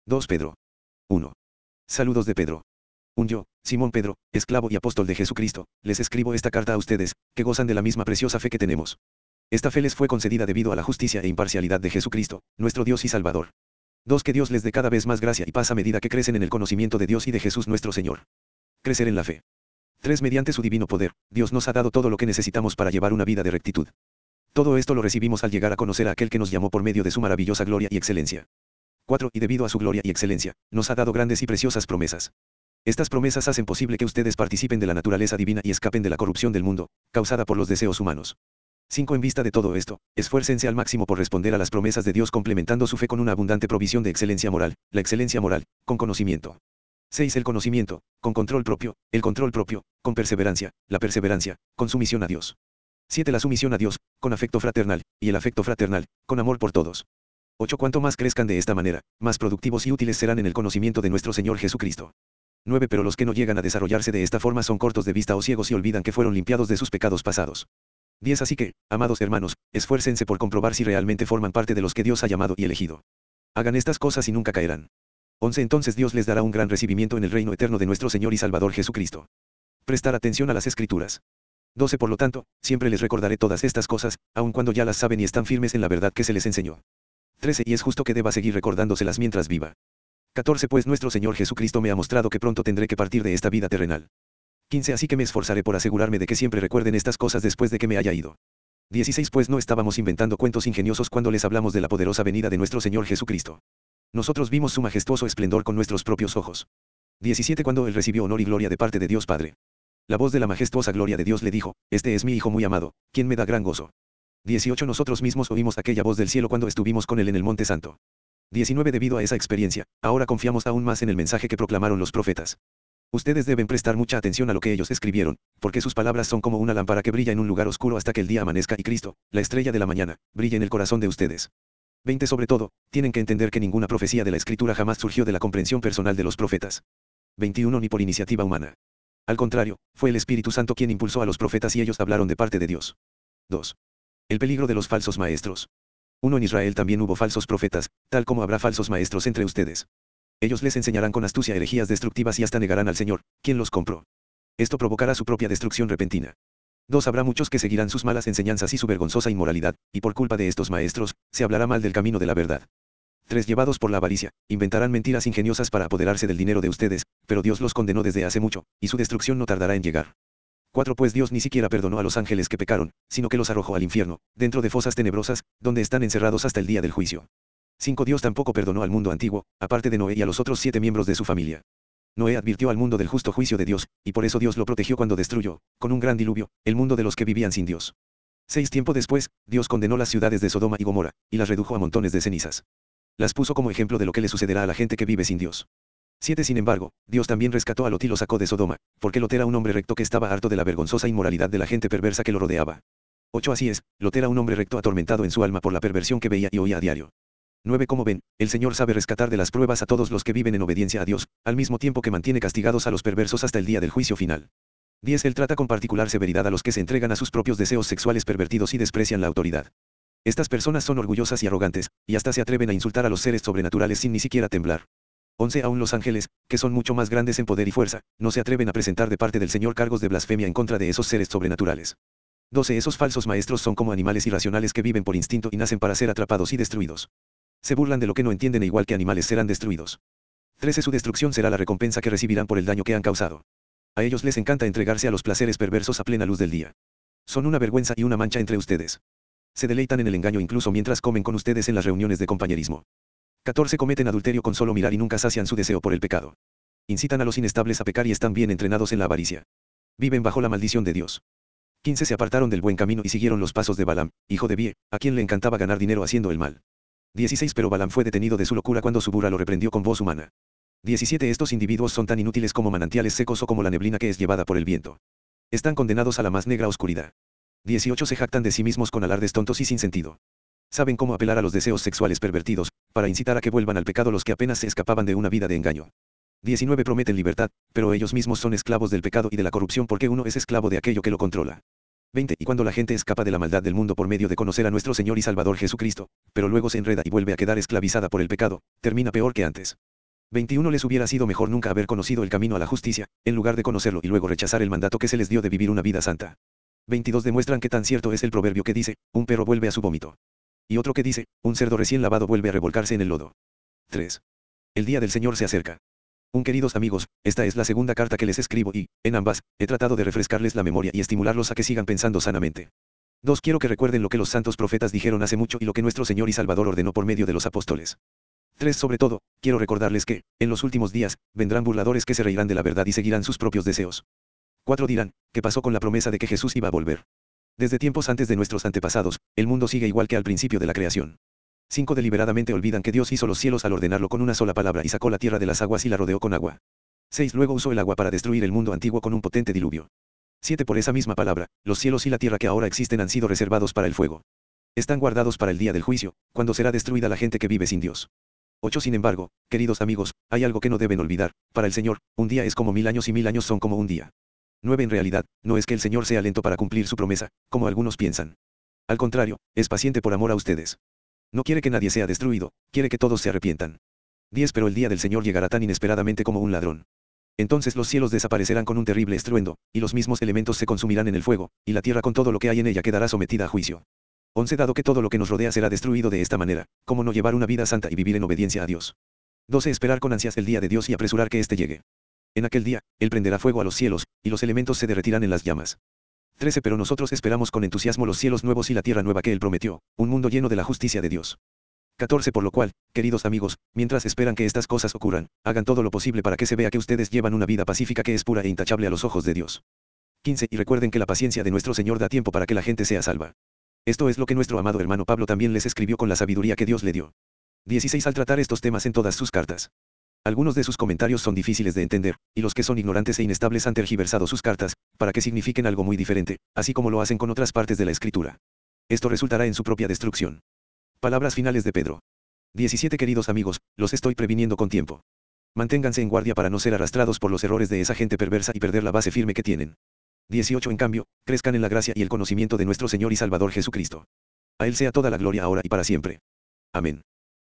2 Pedro 1. Saludos de Pedro. Yo, Simón Pedro, esclavo y apóstol de Jesucristo, les escribo esta carta a ustedes, que gozan de la misma preciosa fe que tenemos. Esta fe les fue concedida debido a la justicia e imparcialidad de Jesucristo, nuestro Dios y Salvador. 2 Que Dios les dé cada vez más gracia y paz a medida que crecen en el conocimiento de Dios y de Jesús nuestro Señor. Crecer en la fe. 3 Mediante su divino poder, Dios nos ha dado todo lo que necesitamos para llevar una vida de rectitud. Todo esto lo recibimos al llegar a conocer a aquel que nos llamó por medio de su maravillosa gloria y excelencia. 4 Y debido a su gloria y excelencia, nos ha dado grandes y preciosas promesas. Estas promesas hacen posible que ustedes participen de la naturaleza divina y escapen de la corrupción del mundo, causada por los deseos humanos. 5 En vista de todo esto, esfuércense al máximo por responder a las promesas de Dios complementando su fe con una abundante provisión de excelencia moral, la excelencia moral, con conocimiento. 6 El conocimiento, con control propio, el control propio, con perseverancia, la perseverancia, con sumisión a Dios. 7 La sumisión a Dios, con afecto fraternal, y el afecto fraternal, con amor por todos. 8 Cuanto más crezcan de esta manera, más productivos y útiles serán en el conocimiento de nuestro Señor Jesucristo. 9 Pero los que no llegan a desarrollarse de esta forma son cortos de vista o ciegos y olvidan que fueron limpiados de sus pecados pasados. 10 Así que, amados hermanos, esfuércense por comprobar si realmente forman parte de los que Dios ha llamado y elegido. Hagan estas cosas y nunca caerán. 11 Entonces Dios les dará un gran recibimiento en el reino eterno de nuestro Señor y Salvador Jesucristo. Prestar atención a las Escrituras. 12 Por lo tanto, siempre les recordaré todas estas cosas, aun cuando ya las saben y están firmes en la verdad que se les enseñó. 13 Y es justo que deba seguir recordándoselas mientras viva. 14 Pues nuestro Señor Jesucristo me ha mostrado que pronto tendré que partir de esta vida terrenal. 15 Así que me esforzaré por asegurarme de que siempre recuerden estas cosas después de que me haya ido. 16 Pues no estábamos inventando cuentos ingeniosos cuando les hablamos de la poderosa venida de nuestro Señor Jesucristo. Nosotros vimos su majestuoso esplendor con nuestros propios ojos. 17 Cuando Él recibió honor y gloria de parte de Dios Padre. La voz de la majestuosa gloria de Dios le dijo, este es mi Hijo muy amado, quien me da gran gozo. 18 Nosotros mismos oímos aquella voz del cielo cuando estuvimos con Él en el Monte Santo. 19 Debido a esa experiencia, ahora confiamos aún más en el mensaje que proclamaron los profetas. Ustedes deben prestar mucha atención a lo que ellos escribieron, porque sus palabras son como una lámpara que brilla en un lugar oscuro hasta que el día amanezca y Cristo, la estrella de la mañana, brilla en el corazón de ustedes. 20 Sobre todo, tienen que entender que ninguna profecía de la Escritura jamás surgió de la comprensión personal de los profetas. 21 Ni por iniciativa humana. Al contrario, fue el Espíritu Santo quien impulsó a los profetas y ellos hablaron de parte de Dios. 2. El peligro de los falsos maestros. 1 En Israel también hubo falsos profetas, tal como habrá falsos maestros entre ustedes. Ellos les enseñarán con astucia herejías destructivas y hasta negarán al Señor, quien los compró. Esto provocará su propia destrucción repentina. 2 Habrá muchos que seguirán sus malas enseñanzas y su vergonzosa inmoralidad, y por culpa de estos maestros, se hablará mal del camino de la verdad. 3 Llevados por la avaricia, inventarán mentiras ingeniosas para apoderarse del dinero de ustedes, pero Dios los condenó desde hace mucho, y su destrucción no tardará en llegar. 4 Pues Dios ni siquiera perdonó a los ángeles que pecaron, sino que los arrojó al infierno, dentro de fosas tenebrosas, donde están encerrados hasta el día del juicio. 5 Dios tampoco perdonó al mundo antiguo, aparte de Noé y a los otros 7 miembros de su familia. Noé advirtió al mundo del justo juicio de Dios, y por eso Dios lo protegió cuando destruyó, con un gran diluvio, el mundo de los que vivían sin Dios. 6 Tiempo después, Dios condenó las ciudades de Sodoma y Gomorra, y las redujo a montones de cenizas. Las puso como ejemplo de lo que le sucederá a la gente que vive sin Dios. 7 Sin embargo, Dios también rescató a Lot y lo sacó de Sodoma, porque Lot era un hombre recto que estaba harto de la vergonzosa inmoralidad de la gente perversa que lo rodeaba. 8 Así es, Lot era un hombre recto atormentado en su alma por la perversión que veía y oía a diario. 9 Como ven, el Señor sabe rescatar de las pruebas a todos los que viven en obediencia a Dios, al mismo tiempo que mantiene castigados a los perversos hasta el día del juicio final. 10 Él trata con particular severidad a los que se entregan a sus propios deseos sexuales pervertidos y desprecian la autoridad. Estas personas son orgullosas y arrogantes, y hasta se atreven a insultar a los seres sobrenaturales sin ni siquiera temblar. 11 Aún los ángeles, que son mucho más grandes en poder y fuerza, no se atreven a presentar de parte del Señor cargos de blasfemia en contra de esos seres sobrenaturales. 12 Esos falsos maestros son como animales irracionales que viven por instinto y nacen para ser atrapados y destruidos. Se burlan de lo que no entienden e igual que animales serán destruidos. 13 Su destrucción será la recompensa que recibirán por el daño que han causado. A ellos les encanta entregarse a los placeres perversos a plena luz del día. Son una vergüenza y una mancha entre ustedes. Se deleitan en el engaño incluso mientras comen con ustedes en las reuniones de compañerismo. 14 Cometen adulterio con solo mirar y nunca sacian su deseo por el pecado. Incitan a los inestables a pecar y están bien entrenados en la avaricia. Viven bajo la maldición de Dios. 15 Se apartaron del buen camino y siguieron los pasos de Balaam, hijo de Bie, a quien le encantaba ganar dinero haciendo el mal. 16 Pero Balaam fue detenido de su locura cuando su burra lo reprendió con voz humana. 17 Estos individuos son tan inútiles como manantiales secos o como la neblina que es llevada por el viento. Están condenados a la más negra oscuridad. 18 Se jactan de sí mismos con alardes tontos y sin sentido. Saben cómo apelar a los deseos sexuales pervertidos, para incitar a que vuelvan al pecado los que apenas se escapaban de una vida de engaño. 19 Prometen libertad, pero ellos mismos son esclavos del pecado y de la corrupción porque uno es esclavo de aquello que lo controla. 20 Y cuando la gente escapa de la maldad del mundo por medio de conocer a nuestro Señor y Salvador Jesucristo, pero luego se enreda y vuelve a quedar esclavizada por el pecado, termina peor que antes. 21 Les hubiera sido mejor nunca haber conocido el camino a la justicia, en lugar de conocerlo y luego rechazar el mandato que se les dio de vivir una vida santa. 22 Demuestran que tan cierto es el proverbio que dice, un perro vuelve a su vómito. Y otro que dice, un cerdo recién lavado vuelve a revolcarse en el lodo. 3. El día del Señor se acerca. Queridos amigos, esta es la segunda carta que les escribo y, en ambas, he tratado de refrescarles la memoria y estimularlos a que sigan pensando sanamente. 2. Quiero que recuerden lo que los santos profetas dijeron hace mucho y lo que nuestro Señor y Salvador ordenó por medio de los apóstoles. 3. Sobre todo, quiero recordarles que, en los últimos días, vendrán burladores que se reirán de la verdad y seguirán sus propios deseos. 4. Dirán, ¿qué pasó con la promesa de que Jesús iba a volver? Desde tiempos antes de nuestros antepasados, el mundo sigue igual que al principio de la creación. 5. Deliberadamente olvidan que Dios hizo los cielos al ordenarlo con una sola palabra y sacó la tierra de las aguas y la rodeó con agua. 6. Luego usó el agua para destruir el mundo antiguo con un potente diluvio. 7. Por esa misma palabra, los cielos y la tierra que ahora existen han sido reservados para el fuego. Están guardados para el día del juicio, cuando será destruida la gente que vive sin Dios. 8. Sin embargo, queridos amigos, hay algo que no deben olvidar, para el Señor, un día es como 1000 años y 1000 años son como un día. 9. En realidad, no es que el Señor sea lento para cumplir su promesa, como algunos piensan. Al contrario, es paciente por amor a ustedes. No quiere que nadie sea destruido, quiere que todos se arrepientan. 10. Pero el día del Señor llegará tan inesperadamente como un ladrón. Entonces los cielos desaparecerán con un terrible estruendo, y los mismos elementos se consumirán en el fuego, y la tierra con todo lo que hay en ella quedará sometida a juicio. 11. Dado que todo lo que nos rodea será destruido de esta manera, ¿cómo no llevar una vida santa y vivir en obediencia a Dios? 12. Esperar con ansias el día de Dios y apresurar que éste llegue. En aquel día, Él prenderá fuego a los cielos, y los elementos se derretirán en las llamas. 13. Pero nosotros esperamos con entusiasmo los cielos nuevos y la tierra nueva que Él prometió, un mundo lleno de la justicia de Dios. 14. Por lo cual, queridos amigos, mientras esperan que estas cosas ocurran, hagan todo lo posible para que se vea que ustedes llevan una vida pacífica que es pura e intachable a los ojos de Dios. 15. Y recuerden que la paciencia de nuestro Señor da tiempo para que la gente sea salva. Esto es lo que nuestro amado hermano Pablo también les escribió con la sabiduría que Dios le dio. 16. Al tratar estos temas en todas sus cartas. Algunos de sus comentarios son difíciles de entender, y los que son ignorantes e inestables han tergiversado sus cartas, para que signifiquen algo muy diferente, así como lo hacen con otras partes de la Escritura. Esto resultará en su propia destrucción. Palabras finales de Pedro. 17. Queridos amigos, los estoy previniendo con tiempo. Manténganse en guardia para no ser arrastrados por los errores de esa gente perversa y perder la base firme que tienen. 18. En cambio, crezcan en la gracia y el conocimiento de nuestro Señor y Salvador Jesucristo. A Él sea toda la gloria ahora y para siempre. Amén.